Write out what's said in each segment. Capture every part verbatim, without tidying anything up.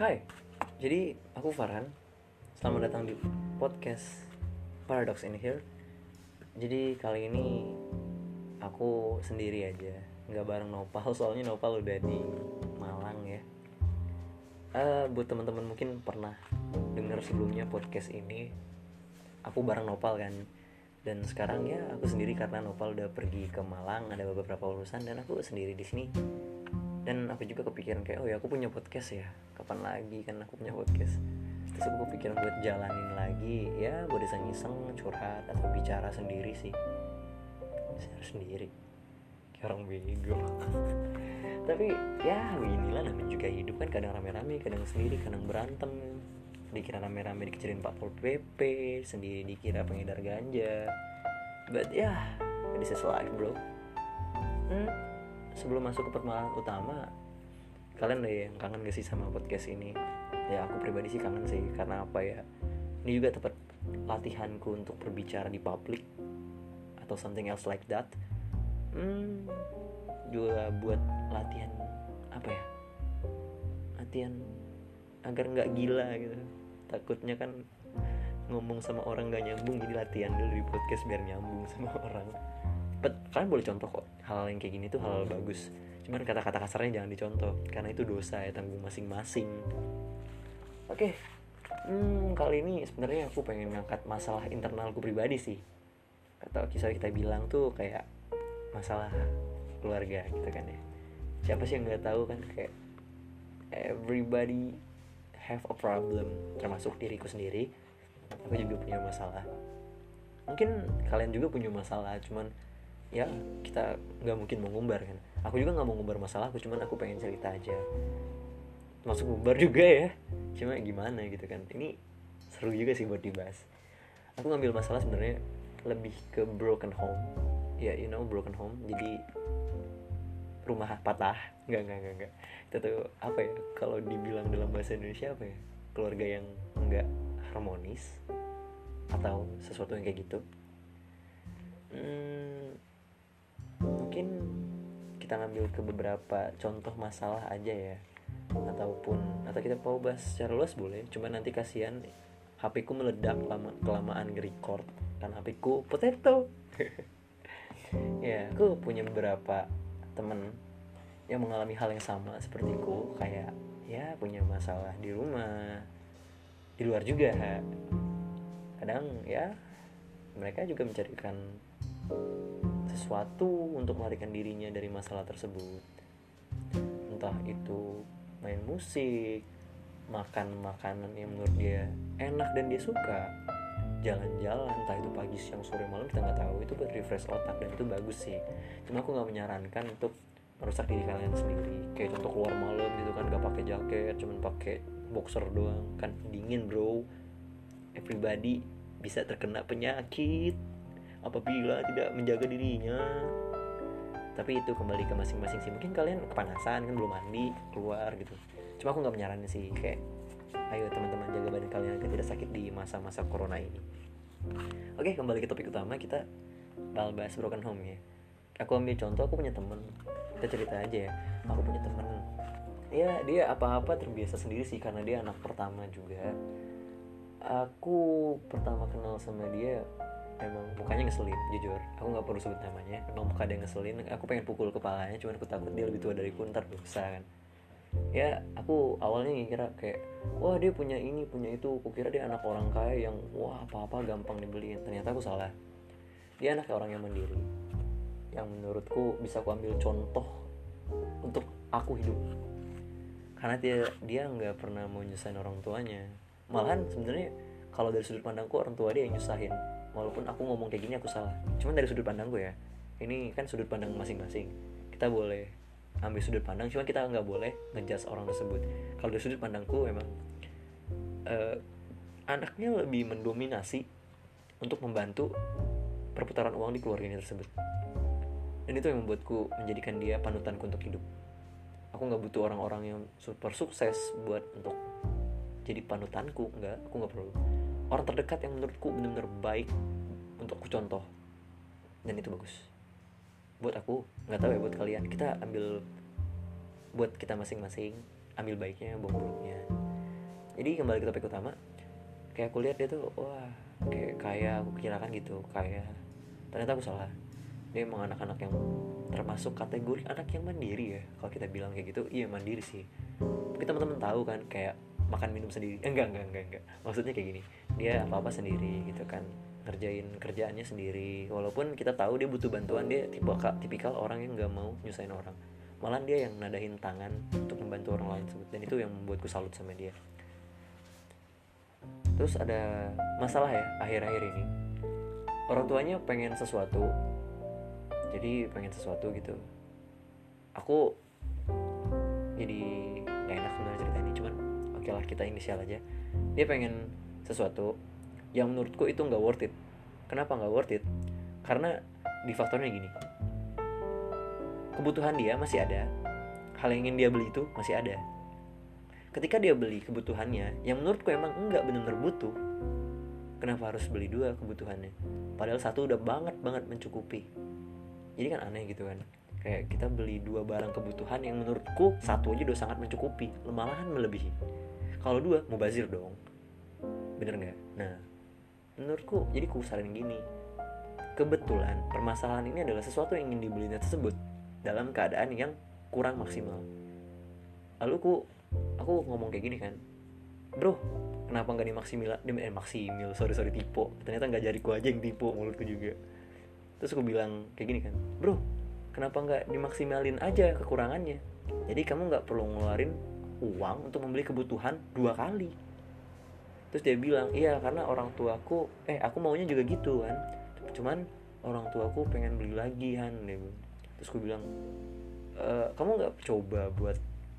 Hai, jadi aku Farhan. Selamat datang di podcast Paradox in Here. Jadi kali ini aku sendiri aja, nggak bareng Nopal, soalnya Nopal udah di Malang ya. Eh, buat teman-teman mungkin pernah dengar sebelumnya podcast ini, aku bareng Nopal kan. Dan sekarang ya aku sendiri karena Nopal udah pergi ke Malang, ada beberapa urusan dan aku sendiri di sini. Dan aku juga kepikiran kayak oh ya aku punya podcast ya, kapan lagi kan aku punya podcast. Terus aku kepikiran buat jalanin lagi ya, buat iseng-iseng curhat atau bicara sendiri sih, bicara sendiri kayak orang bego. Tapi ya beginilah namanya juga hidup kan, kadang rame-rame, kadang sendiri, kadang berantem. Dikira rame-rame dikecilin Pak Pol P P, sendiri dikira pengedar ganja. But ya, yeah, this is life bro. Hmm, sebelum masuk ke permasalahan utama, kalian ada yang kangen gak sih sama podcast ini? Ya aku pribadi sih kangen sih, karena apa ya, ini juga tempat latihanku untuk berbicara di publik atau something else like that. Hmm, juga buat latihan apa ya, latihan agar nggak gila gitu. Takutnya kan ngomong sama orang nggak nyambung, jadi latihan dulu di podcast biar nyambung sama orang. But kalian boleh contoh kok, hal yang kayak gini tuh hal bagus. Cuman kata-kata kasarnya jangan dicontoh, karena itu dosa ya, tanggung masing-masing. Oke, okay. hmm, kali ini sebenarnya aku pengen ngangkat masalah internalku pribadi sih. Atau kisah kita bilang tuh kayak masalah keluarga gitu kan ya. Siapa sih yang nggak tahu kan, kayak everybody have a problem, termasuk diriku sendiri. Aku juga punya masalah. Mungkin kalian juga punya masalah, cuman ya kita nggak mungkin mau ngumbar kan. Aku juga nggak mau ngumbar masalah aku, cuman aku pengen cerita aja, masuk ngumbar juga ya, cuma gimana gitu kan. Ini seru juga sih buat dibahas. Aku ngambil masalah sebenarnya lebih ke broken home ya, you know broken home, jadi rumah patah. nggak nggak nggak nggak itu tuh apa ya, kalau dibilang dalam bahasa Indonesia apa ya, keluarga yang nggak harmonis atau sesuatu yang kayak gitu. hmm, Mungkin kita ngambil ke beberapa contoh masalah aja ya, ataupun atau kita mau bahas secara luas boleh, cuman nanti kasihan H P ku meledak lama kelamaan nge-record kan, H P ku potato. Ya aku punya beberapa temen yang mengalami hal yang sama sepertiku, kayak ya punya masalah di rumah, di luar juga. Kadang ya mereka juga mencarikan sesuatu untuk melarikan dirinya dari masalah tersebut. Entah itu main musik, makan makanan yang menurut dia enak dan dia suka, jalan-jalan, entah itu pagi, siang, sore, malam, kita nggak tahu. Itu buat refresh otak dan itu bagus sih. Cuma aku nggak menyarankan untuk merusak diri kalian sendiri. Kayak contoh keluar malam gitu kan, nggak pakai jaket, cuman pakai boxer doang, kan dingin bro. Everybody bisa terkena penyakit apabila tidak menjaga dirinya. Tapi itu kembali ke masing-masing sih. Mungkin kalian kepanasan kan, belum mandi, keluar gitu. Cuma aku gak menyarankan sih, kayak ayo teman-teman jaga badan kalian agar tidak sakit di masa-masa corona ini. Oke, kembali ke topik utama, kita bakal bahas broken home ya. Aku ambil contoh, aku punya temen, kita cerita aja ya. Aku punya temen, ya dia apa-apa terbiasa sendiri sih, karena dia anak pertama juga. Aku pertama kenal sama dia emang mukanya ngeselin, jujur. Aku gak perlu sebut namanya, emang muka dia ngeselin. Aku pengen pukul kepalanya, cuman aku takut dia lebih tua dariku, ntar dosa kan. Ya aku awalnya ngira kayak wah dia punya ini, punya itu. Aku kira dia anak orang kaya yang wah apa-apa gampang dibeliin. Ternyata aku salah. Dia anak orang yang mandiri, yang menurutku bisa aku ambil contoh untuk aku hidup. Karena dia dia nggak pernah mau nyusahin orang tuanya. Malahan sebenarnya kalau dari sudut pandangku, orang tua dia yang nyusahin. Walaupun aku ngomong kayak gini aku salah, cuman dari sudut pandangku ya. Ini kan sudut pandang masing-masing. Kita boleh ambil sudut pandang, cuma kita nggak boleh ngejudge orang tersebut. Kalau dari sudut pandangku memang uh, anaknya lebih mendominasi untuk membantu perputaran uang di keluarganya tersebut. Dan itu yang membuatku menjadikan dia panutanku untuk hidup. Aku nggak butuh orang-orang yang super sukses buat untuk jadi panutanku, nggak. Aku nggak perlu. Orang terdekat yang menurutku benar-benar baik untuk aku contoh, dan itu bagus buat aku. Nggak tahu ya buat kalian, kita ambil buat kita masing-masing, ambil baiknya, buang buruknya. Jadi kembali ke topik utama, kayak aku lihat dia tuh wah kayak kaya, aku kirakan gitu kaya, ternyata aku salah. Dia emang anak-anak yang termasuk kategori anak yang mandiri ya, kalau kita bilang kayak gitu. Iya mandiri sih, mungkin teman-teman tahu kan, kayak makan minum sendiri. Eh, enggak enggak enggak enggak maksudnya kayak gini, dia apa apa sendiri gitu kan, ngerjain kerjaannya sendiri. Walaupun kita tahu dia butuh bantuan, dia tipe tipikal orang yang nggak mau nyusahin orang, malah dia yang nadahin tangan untuk membantu orang lain sebut. Dan itu yang membuatku salut sama dia. Terus ada masalah ya akhir-akhir ini, orang tuanya pengen sesuatu, jadi pengen sesuatu gitu. Aku jadi gak enak sebenarnya cerita ini, cuman oke lah kita inisial aja. Dia pengen sesuatu yang menurutku itu nggak worth it. Kenapa nggak worth it? Karena di faktornya gini, kebutuhan dia masih ada, hal yang ingin dia beli itu masih ada. Ketika dia beli kebutuhannya yang menurutku emang enggak benar-benar butuh, kenapa harus beli dua kebutuhannya? Padahal satu udah banget banget mencukupi. Jadi kan aneh gitu kan, kayak kita beli dua barang kebutuhan yang menurutku satu aja udah sangat mencukupi, malahan melebihi. Kalau dua mubazir dong, bener nggak? Nah menurutku jadi ku saranin gini, kebetulan permasalahan ini adalah sesuatu yang ingin dibelinya tersebut dalam keadaan yang kurang maksimal. Lalu ku aku ngomong kayak gini kan, bro kenapa nggak dimaksimil eh maksimil sorry sorry tipe, ternyata nggak jariku aja yang tipe, mulutku juga. Terus aku bilang kayak gini kan, bro kenapa nggak dimaksimalin aja kekurangannya, jadi kamu nggak perlu ngeluarin uang untuk membeli kebutuhan dua kali. Terus dia bilang, iya karena orang tuaku eh aku maunya juga gitu kan, cuman orang tuaku pengen beli lagi Han, dia bilang. Terus aku bilang, e, kamu nggak coba buat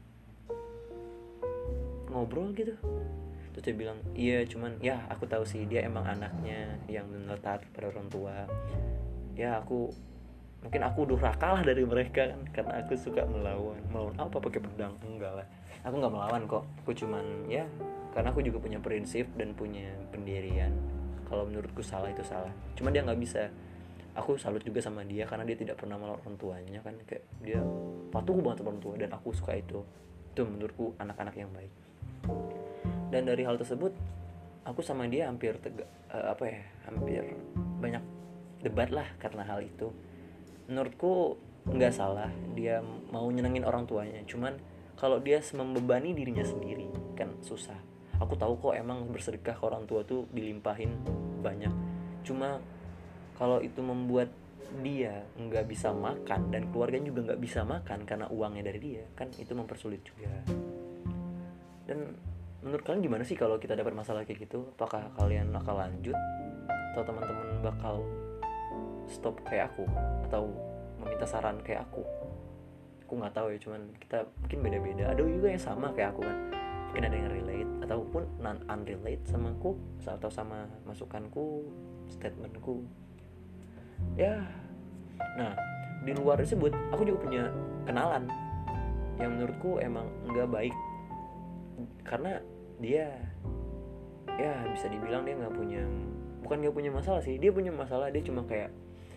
ngobrol gitu? Terus dia bilang, iya cuman ya aku tahu sih dia emang anaknya yang benar taat pada orang tua. Ya aku mungkin aku durhaka lah dari mereka kan, karena aku suka melawan. Melawan apa pakai pedang? Enggak lah, aku nggak melawan kok. Aku cuman ya karena aku juga punya prinsip dan punya pendirian. Kalau menurutku salah itu salah. Cuman dia nggak bisa. Aku salut juga sama dia karena dia tidak pernah melawan orang tuanya kan, kayak dia patuh banget sama orang tua, dan aku suka itu. Itu menurutku anak-anak yang baik. Dan dari hal tersebut aku sama dia hampir tega, uh, apa ya hampir banyak debat lah karena hal itu. Menurutku nggak salah dia mau nyenengin orang tuanya, cuman kalau dia membebani dirinya sendiri kan susah. Aku tahu kok emang bersedekah ke orang tua tuh dilimpahin banyak, cuma kalau itu membuat dia nggak bisa makan dan keluarganya juga nggak bisa makan karena uangnya dari dia, kan itu mempersulit juga. Dan menurut kalian gimana sih kalau kita dapat masalah kayak gitu? Apakah kalian bakal lanjut atau teman-teman bakal stop kayak aku atau meminta saran kayak aku? Aku nggak tahu ya, cuman kita mungkin beda-beda. Ada juga yang sama kayak aku kan, mungkin ada yang relate ataupun non unrelate sama aku atau sama masukanku, statementku. Ya, nah di luar tersebut aku juga punya kenalan yang menurutku emang nggak baik, karena dia ya bisa dibilang dia nggak punya, bukan nggak punya masalah sih, dia punya masalah. Dia cuma kayak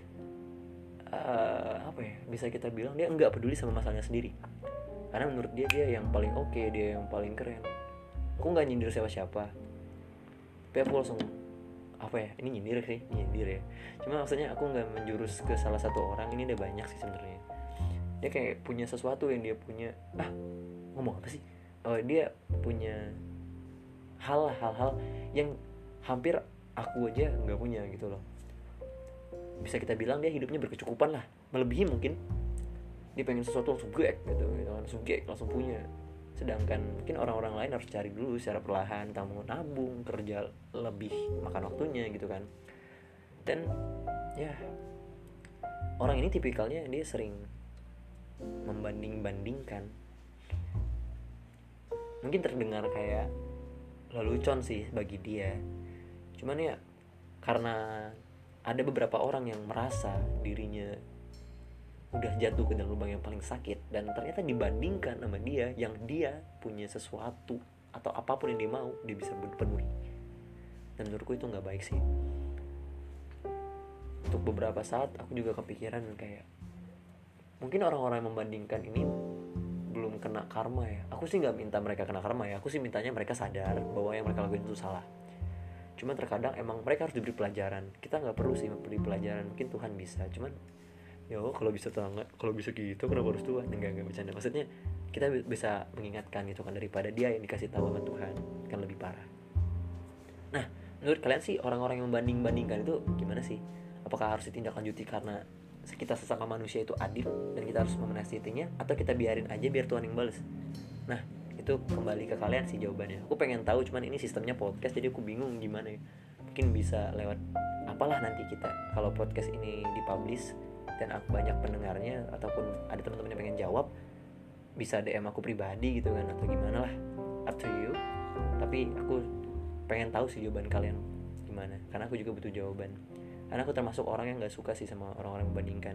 uh, apa ya, bisa kita bilang dia nggak peduli sama masalahnya sendiri, karena menurut dia dia yang paling oke, okay, dia yang paling keren. Aku nggak nyindir siapa-siapa, tapi aku langsung apa ya, ini nyindir sih, nyindir ya. Cuma maksudnya aku nggak menjurus ke salah satu orang, ini ada banyak sih sebenarnya. Dia kayak punya sesuatu yang dia punya, ah ngomong apa sih? Oh, dia punya hal-hal yang hampir aku aja nggak punya gitu loh. Bisa kita bilang dia hidupnya berkecukupan lah, melebihi mungkin. Dia pengen sesuatu langsung gek gitu, gitu langsung gek, langsung punya. Sedangkan mungkin orang-orang lain harus cari dulu secara perlahan, tanggung nabung, kerja lebih, makan waktunya gitu kan. Dan ya orang ini tipikalnya dia sering membanding-bandingkan. Mungkin terdengar kayak lelucon sih bagi dia, cuman ya karena ada beberapa orang yang merasa dirinya udah jatuh ke dalam lubang yang paling sakit, dan ternyata dibandingkan sama dia yang dia punya sesuatu atau apapun yang dia mau dia bisa penuhi. Dan menurutku itu nggak baik sih. Untuk beberapa saat aku juga kepikiran kayak mungkin orang-orang yang membandingkan ini sebelum kena karma ya, aku sih nggak minta mereka kena karma ya, aku sih mintanya mereka sadar bahwa yang mereka lakuin itu salah. Cuman terkadang emang mereka harus diberi pelajaran. Kita nggak perlu sih memberi pelajaran, mungkin Tuhan bisa. Cuman ya kalau bisa tangga, kalau bisa gitu kenapa harus Tuhan? Enggak enggak bercanda. Maksudnya kita bisa mengingatkan gitu kan, daripada dia yang dikasih tahu sama Tuhan kan lebih parah. Nah, menurut kalian sih orang-orang yang membanding-bandingkan itu gimana sih? Apakah harus ditindaklanjuti karena kita sesama manusia itu adil dan kita harus menasihatinya, atau kita biarin aja biar Tuhan yang balas? Nah, itu kembali ke kalian sih jawabannya. Aku pengen tahu, cuman ini sistemnya podcast jadi aku bingung gimana ya. Mungkin bisa lewat apalah nanti kita kalau podcast ini dipublish dan aku banyak pendengarnya, ataupun ada teman-teman yang pengen jawab, bisa D M aku pribadi gitu kan, atau gimana lah, up to you. Tapi aku pengen tahu sih jawaban kalian gimana, karena aku juga butuh jawaban. Karena aku termasuk orang yang gak suka sih sama orang-orang membandingkan.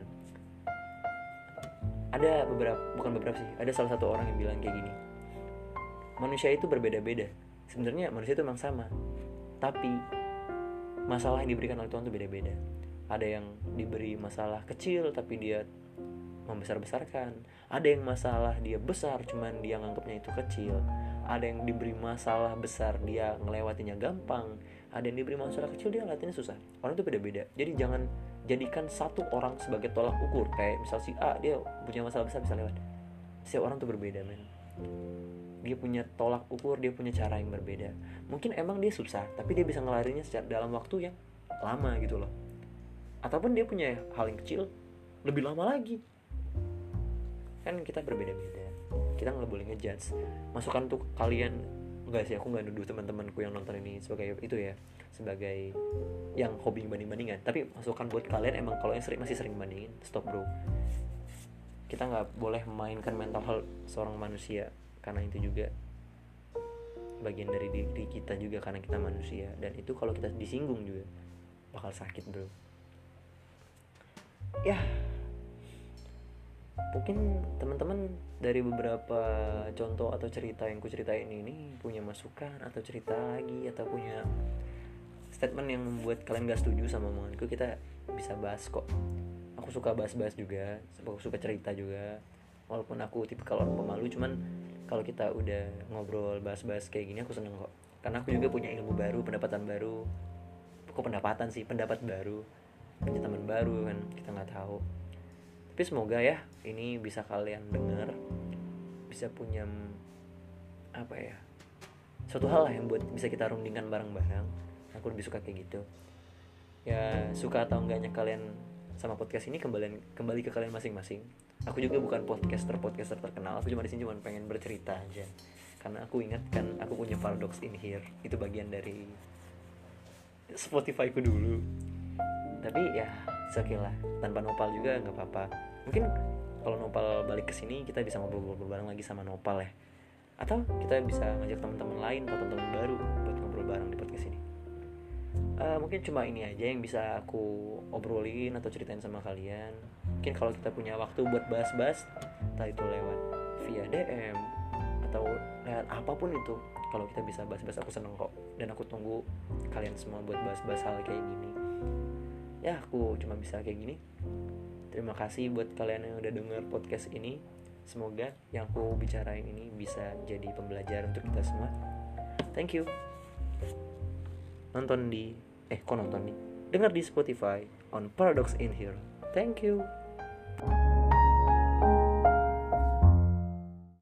Ada beberapa, bukan beberapa sih, ada salah satu orang yang bilang kayak gini, manusia itu berbeda-beda. Sebenarnya manusia itu memang sama, tapi masalah yang diberikan oleh Tuhan itu beda-beda. Ada yang diberi masalah kecil tapi dia membesar-besarkan. Ada yang masalah dia besar cuman dia nganggapnya itu kecil. Ada yang diberi masalah besar dia ngelewatinya gampang. Ada yang diberi masalah kecil dia ngeliatinnya susah. Orang itu beda-beda. Jadi jangan jadikan satu orang sebagai tolak ukur. Kayak misal si A dia punya masalah besar bisa lewat. Setiap orang tuh berbeda, men. Dia punya tolak ukur, dia punya cara yang berbeda. Mungkin emang dia susah, tapi dia bisa ngelarinya secara dalam waktu yang lama gitu loh. Ataupun dia punya hal yang kecil lebih lama lagi. Kan kita berbeda-beda. Kita nggak boleh ngejudge. Masukan untuk kalian, enggak sih, aku nggak nuduh teman-temanku yang nonton ini sebagai itu ya, sebagai yang hobi banding-bandingan. Tapi masukan buat kalian, emang kalau yang sering masih sering bandingin, stop bro. Kita nggak boleh memainkan mental health seorang manusia, karena itu juga bagian dari diri kita juga, karena kita manusia. Dan itu kalau kita disinggung juga bakal sakit bro. Ya, mungkin teman-teman dari beberapa contoh atau cerita yang ku ceritain ini punya masukan atau cerita lagi, atau punya statement yang membuat kalian gak setuju sama omonganku, kita bisa bahas kok. Aku suka bahas-bahas juga, aku suka cerita juga. Walaupun aku tipikal orang pemalu, cuman kalau kita udah ngobrol bahas-bahas kayak gini aku seneng kok. Karena aku juga punya ilmu baru, pendapatan baru. Kok pendapatan sih, pendapat baru, punya teman baru kan, kita nggak tahu. Tapi semoga ya ini bisa kalian dengar, bisa punya apa ya, suatu hal lah yang buat bisa kita rundingkan bareng-bareng. Aku lebih suka kayak gitu. Ya suka atau enggaknya kalian sama podcast ini kembali kembali ke kalian masing-masing. Aku juga bukan podcaster podcaster terkenal. Aku cuma di sini cuma pengen bercerita aja. Karena aku ingat kan aku punya Paradox in Here. Itu bagian dari Spotify ku dulu. Tapi ya sekali lah, tanpa Nopal juga nggak apa-apa. Mungkin kalau Nopal balik ke sini kita bisa ngobrol-ngobrol bareng lagi sama Nopal ya. Atau kita bisa ngajak teman-teman lain atau teman-teman baru buat ngobrol bareng di podcast ini. Uh, mungkin cuma ini aja yang bisa aku obrolin atau ceritain sama kalian. Mungkin kalau kita punya waktu buat bahas-bahas, entah itu lewat via D M atau lewat apapun itu, kalau kita bisa bahas-bahas aku seneng kok. Dan aku tunggu kalian semua buat bahas-bahas hal kayak gini. Ya aku cuma bisa kayak gini. Terima kasih buat kalian yang udah denger podcast ini. Semoga yang aku bicarain ini bisa jadi pembelajaran untuk kita semua. Thank you. Nonton di eh kok nonton nih? Dengar di Spotify on Paradox in Here. Thank you.